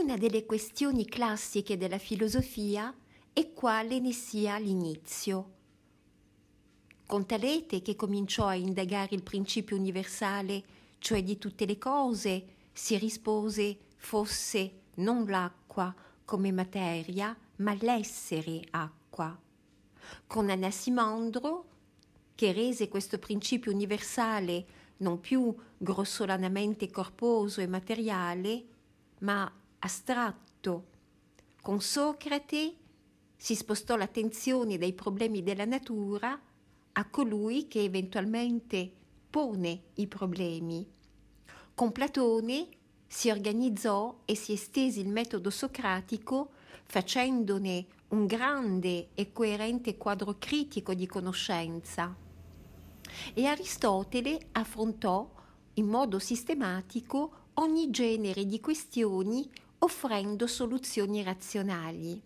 Una delle questioni classiche della filosofia è quale ne sia l'inizio. Con Talete, che cominciò a indagare il principio universale, cioè di tutte le cose, si rispose fosse non l'acqua come materia, ma l'essere acqua. Con Anasimandro, che rese questo principio universale non più grossolanamente corposo e materiale, ma astratto. Con Socrate si spostò l'attenzione dai problemi della natura a colui che eventualmente pone i problemi. Con Platone si organizzò e si estese il metodo socratico facendone un grande e coerente quadro critico di conoscenza. E Aristotele affrontò in modo sistematico ogni genere di questioni offrendo soluzioni razionali.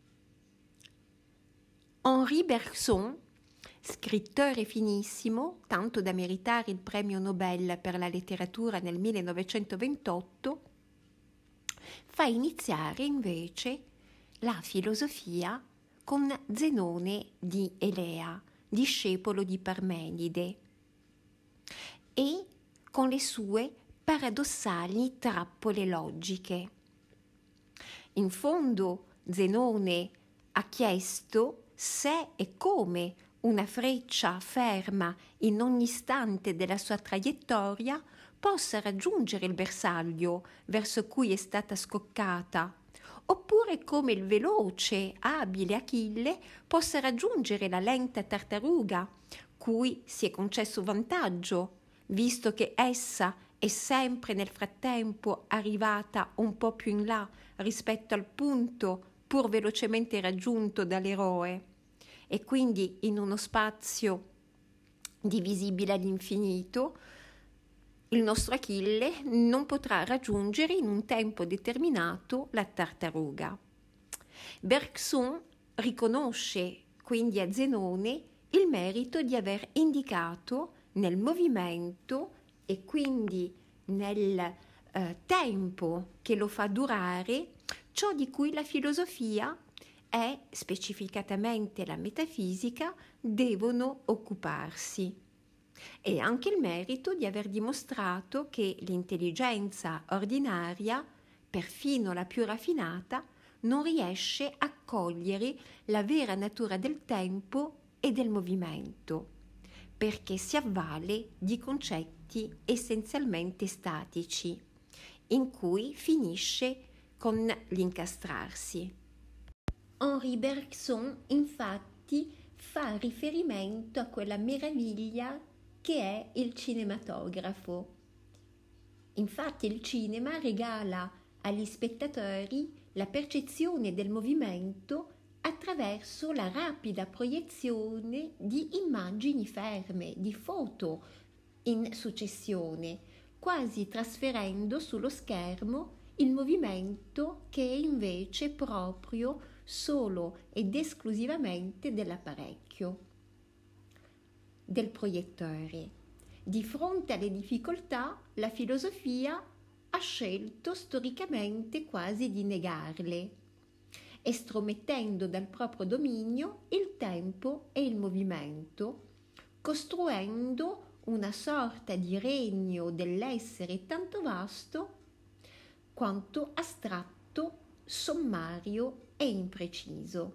Henri Bergson, scrittore finissimo, tanto da meritare il premio Nobel per la letteratura nel 1928, fa iniziare invece la filosofia con Zenone di Elea, discepolo di Parmenide, e con le sue paradossali trappole logiche. In fondo Zenone ha chiesto se e come una freccia ferma in ogni istante della sua traiettoria possa raggiungere il bersaglio verso cui è stata scoccata, oppure come il veloce, abile Achille possa raggiungere la lenta tartaruga, cui si è concesso vantaggio, visto che essa è sempre nel frattempo arrivata un po' più in là rispetto al punto pur velocemente raggiunto dall'eroe, e quindi in uno spazio divisibile all'infinito il nostro Achille non potrà raggiungere in un tempo determinato la tartaruga. Bergson riconosce quindi a Zenone il merito di aver indicato nel movimento e quindi nel tempo che lo fa durare ciò di cui la filosofia e specificatamente la metafisica devono occuparsi. E anche il merito di aver dimostrato che l'intelligenza ordinaria, perfino la più raffinata, non riesce a cogliere la vera natura del tempo e del movimento, perché si avvale di concetti essenzialmente statici, in cui finisce con l'incastrarsi. Henri Bergson infatti fa riferimento a quella meraviglia che è il cinematografo. Infatti il cinema regala agli spettatori la percezione del movimento attraverso la rapida proiezione di immagini ferme, di foto in successione, quasi trasferendo sullo schermo il movimento che è invece proprio solo ed esclusivamente dell'apparecchio, del proiettore. Di fronte alle difficoltà, la filosofia ha scelto storicamente quasi di negarle, estromettendo dal proprio dominio il tempo e il movimento, costruendo una sorta di regno dell'essere tanto vasto quanto astratto, sommario e impreciso.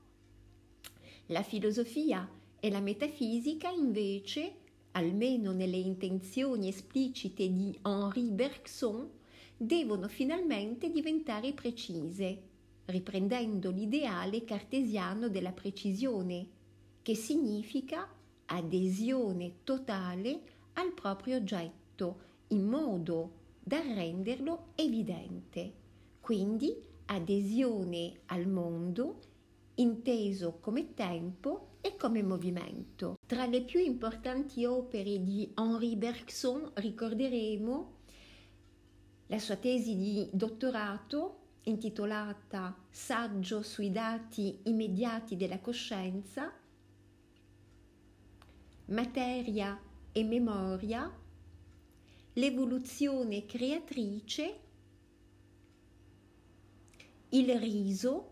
La filosofia e la metafisica invece, almeno nelle intenzioni esplicite di Henri Bergson, devono finalmente diventare precise, riprendendo l'ideale cartesiano della precisione, che significa adesione totale al proprio oggetto, in modo da renderlo evidente. Quindi adesione al mondo, inteso come tempo e come movimento. Tra le più importanti opere di Henri Bergson ricorderemo la sua tesi di dottorato intitolata Saggio sui dati immediati della coscienza, Materia e memoria, l'evoluzione creatrice il riso,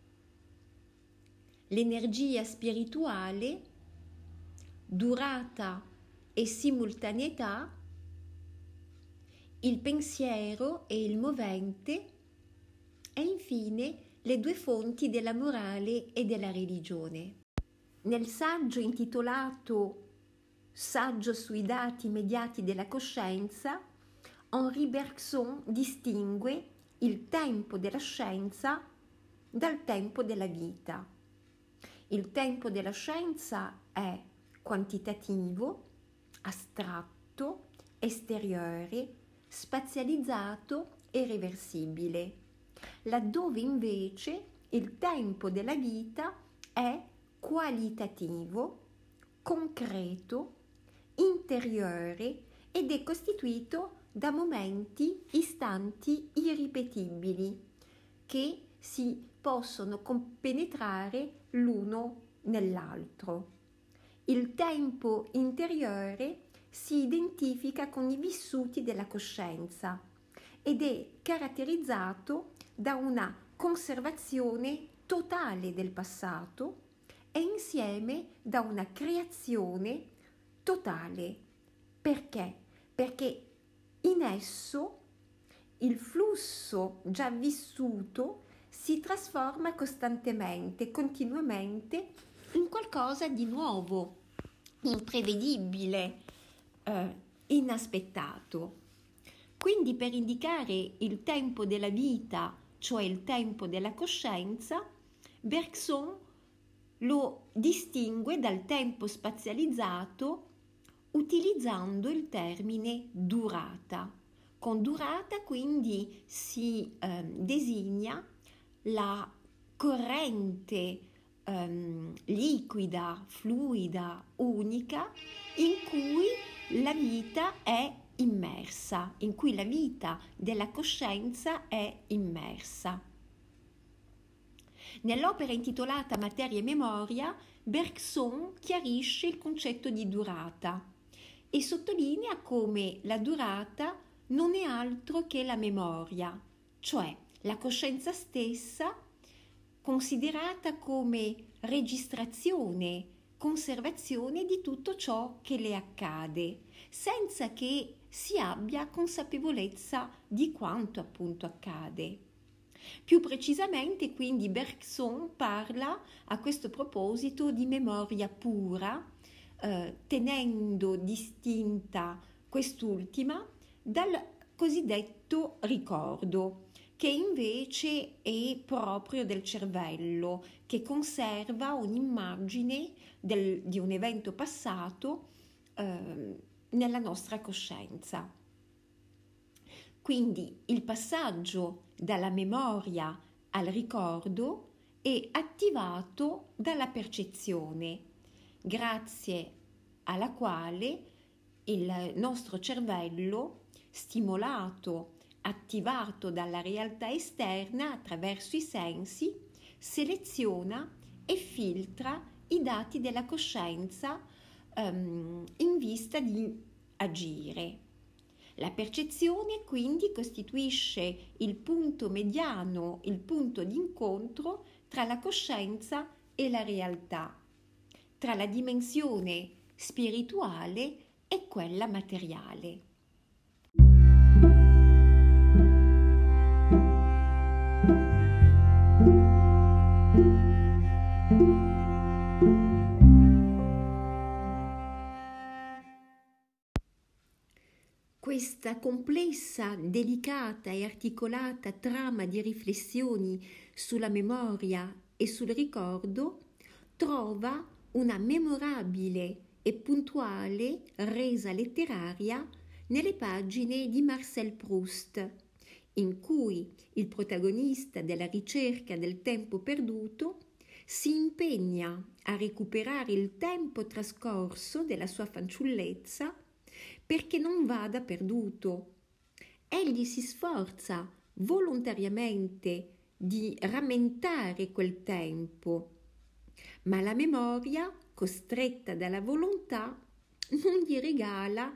l'energia spirituale, durata e simultaneità, il pensiero e il movente e infine le due fonti della morale e della religione. Nel saggio intitolato Saggio sui dati immediati della coscienza, Henri Bergson distingue il tempo della scienza dal tempo della vita. Il tempo della scienza è quantitativo, astratto, esteriore, spazializzato e reversibile, laddove invece il tempo della vita è qualitativo, concreto, interiore ed è costituito da momenti, istanti irripetibili che si possono compenetrare l'uno nell'altro. Il tempo interiore si identifica con i vissuti della coscienza ed è caratterizzato da una conservazione totale del passato e insieme da una creazione totale. Perché? Perché in esso il flusso già vissuto si trasforma costantemente, continuamente in qualcosa di nuovo, imprevedibile, inaspettato. Quindi per indicare il tempo della vita, cioè il tempo della coscienza, Bergson lo distingue dal tempo spazializzato utilizzando il termine durata. Con durata quindi si designa la corrente liquida, fluida, unica in cui la vita è immersa, in cui la vita della coscienza è immersa. Nell'opera intitolata Materia e Memoria, Bergson chiarisce il concetto di durata e sottolinea come la durata non è altro che la memoria, cioè la coscienza stessa considerata come registrazione, conservazione di tutto ciò che le accade, senza che si abbia consapevolezza di quanto appunto accade. Più precisamente, quindi, Bergson parla a questo proposito di memoria pura, tenendo distinta quest'ultima dal cosiddetto ricordo, che invece è proprio del cervello, che conserva un'immagine di un evento passato nella nostra coscienza. Quindi il passaggio dalla memoria al ricordo è attivato dalla percezione, grazie alla quale il nostro cervello, stimolato, attivato dalla realtà esterna attraverso i sensi, seleziona e filtra i dati della coscienza in vista di agire. La percezione quindi costituisce il punto mediano, il punto di incontro tra la coscienza e la realtà, tra la dimensione spirituale e quella materiale. Questa complessa, delicata e articolata trama di riflessioni sulla memoria e sul ricordo trova una memorabile e puntuale resa letteraria nelle pagine di Marcel Proust, in cui il protagonista della ricerca del tempo perduto si impegna a recuperare il tempo trascorso della sua fanciullezza perché non vada perduto. Egli si sforza volontariamente di rammentare quel tempo, ma la memoria, costretta dalla volontà, non gli regala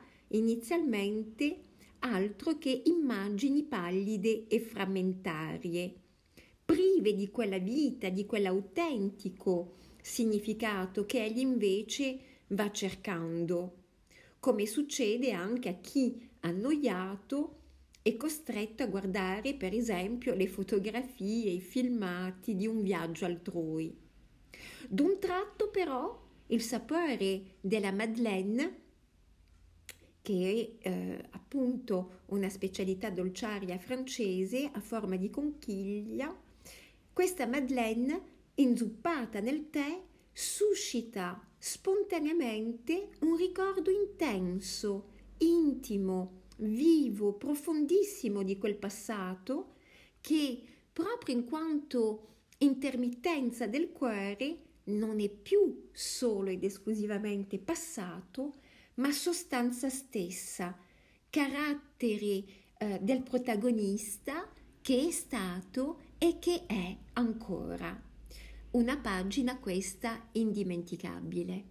inizialmente altro che immagini pallide e frammentarie, prive di quella vita, di quell'autentico significato che egli invece va cercando, come succede anche a chi, annoiato, è costretto a guardare, per esempio, le fotografie, i filmati di un viaggio altrui. D'un tratto, però, il sapore della Madeleine, che è appunto una specialità dolciaria francese a forma di conchiglia, questa Madeleine inzuppata nel tè suscita spontaneamente un ricordo intenso, intimo, vivo, profondissimo di quel passato che, proprio in quanto intermittenza del cuore, non è più solo ed esclusivamente passato, ma sostanza stessa, carattere del protagonista che è stato e che è ancora. Una pagina questa indimenticabile.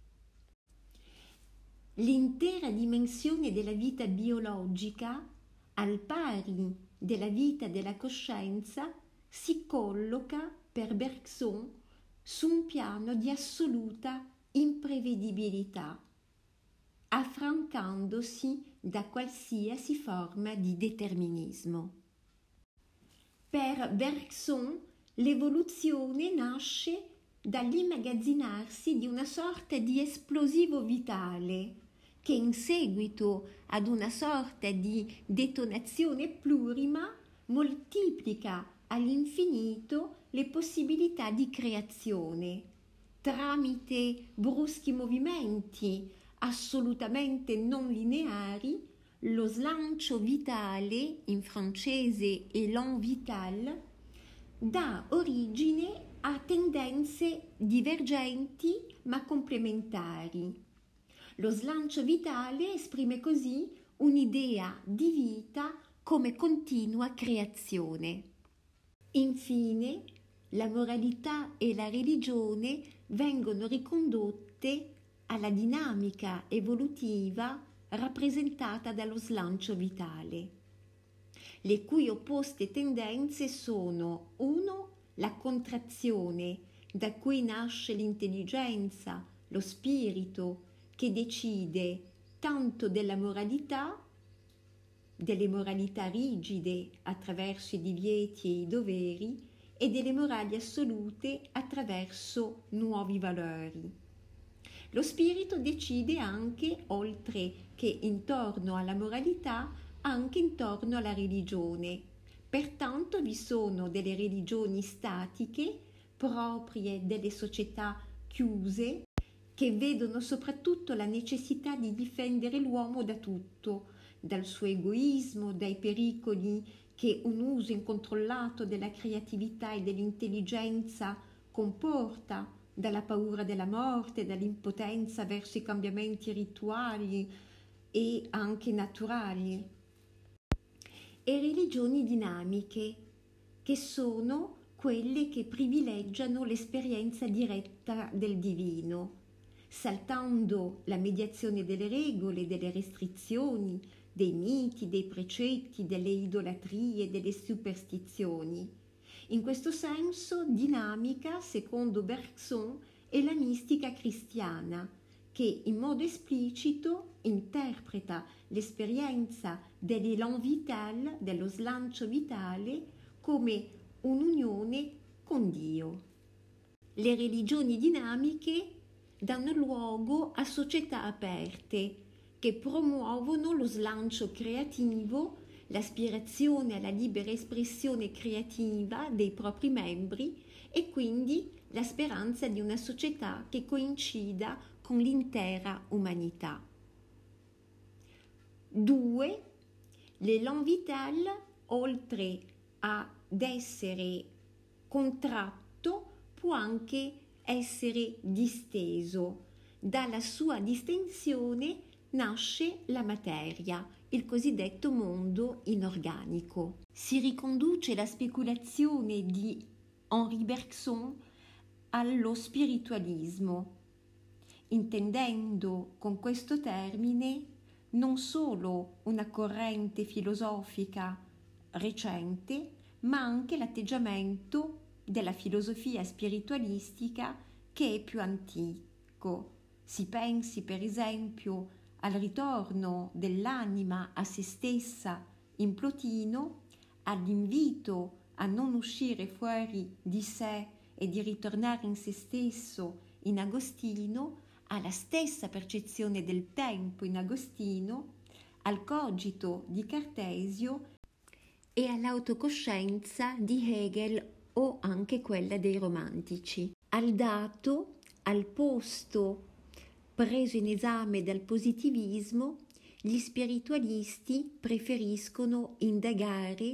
L'intera dimensione della vita biologica, al pari della vita della coscienza, si colloca per Bergson su un piano di assoluta imprevedibilità, affrancandosi da qualsiasi forma di determinismo. Per Bergson l'evoluzione nasce dall'immagazzinarsi di una sorta di esplosivo vitale che in seguito ad una sorta di detonazione plurima moltiplica all'infinito le possibilità di creazione tramite bruschi movimenti assolutamente non lineari. Lo slancio vitale, in francese élan vital, dà origine a tendenze divergenti ma complementari. Lo slancio vitale esprime così un'idea di vita come continua creazione. Infine, la moralità e la religione vengono ricondotte alla dinamica evolutiva rappresentata dallo slancio vitale, le cui opposte tendenze sono 1. La contrazione, da cui nasce l'intelligenza, lo spirito, che decide tanto della moralità, delle moralità rigide attraverso i divieti e i doveri e delle morali assolute attraverso nuovi valori. Lo spirito decide anche, oltre che intorno alla moralità, anche intorno alla religione. Pertanto vi sono delle religioni statiche, proprie delle società chiuse, che vedono soprattutto la necessità di difendere l'uomo da tutto, dal suo egoismo, dai pericoli che un uso incontrollato della creatività e dell'intelligenza comporta, dalla paura della morte, dall'impotenza verso i cambiamenti rituali e anche naturali, e religioni dinamiche, che sono quelle che privilegiano l'esperienza diretta del divino, saltando la mediazione delle regole, delle restrizioni, dei miti, dei precetti, delle idolatrie, delle superstizioni. In questo senso, dinamica, secondo Bergson, è la mistica cristiana, che in modo esplicito interpreta l'esperienza dell'élan vital, dello slancio vitale, come un'unione con Dio. Le religioni dinamiche danno luogo a società aperte che promuovono lo slancio creativo, l'aspirazione alla libera espressione creativa dei propri membri e quindi la speranza di una società che coincida con l'intera umanità. 2. L'élan vital, oltre ad essere contratto, può anche essere disteso. Dalla sua distensione nasce la materia, il cosiddetto mondo inorganico. Si riconduce la speculazione di Henri Bergson allo spiritualismo, intendendo con questo termine non solo una corrente filosofica recente, ma anche l'atteggiamento della filosofia spiritualistica che è più antico. Si pensi per esempio al ritorno dell'anima a se stessa in Plotino, all'invito a non uscire fuori di sé e di ritornare in se stesso in Agostino, alla stessa percezione del tempo in Agostino, al cogito di Cartesio e all'autocoscienza di Hegel o anche quella dei romantici. Al dato, al posto preso in esame dal positivismo, gli spiritualisti preferiscono indagare,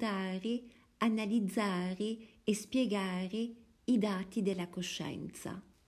interpretare, analizzare e spiegare i dati della coscienza.